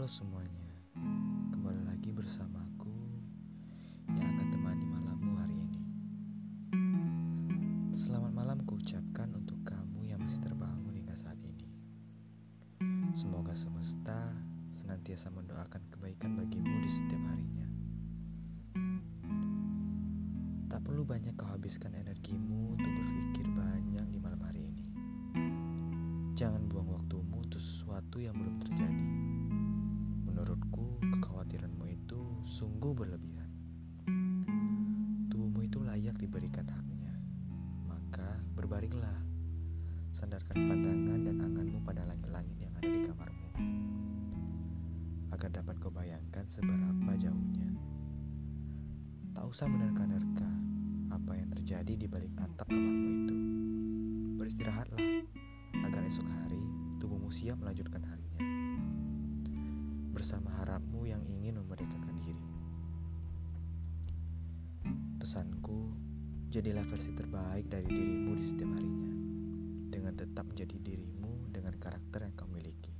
Halo semuanya, kembali lagi bersamaku yang akan temani malammu hari ini. Selamat malam kuucapkan untuk kamu yang masih terbangun hingga saat ini. Semoga semesta senantiasa mendoakan kebaikan bagimu di setiap harinya. Tak perlu banyak kau habiskan energimu untuk berpikir banyak di malam hari ini. Jangan buang waktumu untuk sesuatu yang belum terjadi. Menurutku, kekhawatiranmu itu sungguh berlebihan. Tubuhmu itu layak diberikan haknya. Maka berbaringlah, sandarkan pandangan dan anganmu pada langit-langit yang ada di kamarmu, agar dapat kau bayangkan seberapa jauhnya. Tak usah menerka-nerka apa yang terjadi di balik atap kamarmu itu. Beristirahatlah, agar esok hari tubuhmu siap melanjutkan harinya bersama harapmu yang ingin memerdekakan diri. Pesanku, jadilah versi terbaik dari dirimu di setiap harinya, dengan tetap menjadi dirimu dengan karakter yang kau miliki.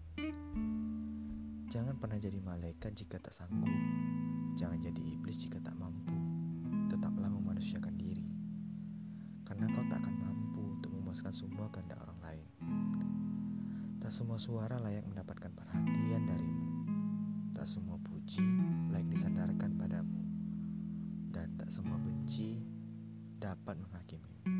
Jangan pernah jadi malaikat jika tak sanggup. Jangan jadi iblis jika tak mampu. Tetaplah memanusiakan diri, karena kau tak akan mampu untuk memuaskan semua kehendak orang lain. Tak semua suara layak mendapatkan perhatian darimu. Tak semua puji layak disandarkan padamu. Dan tak semua benci dapat menghakimi.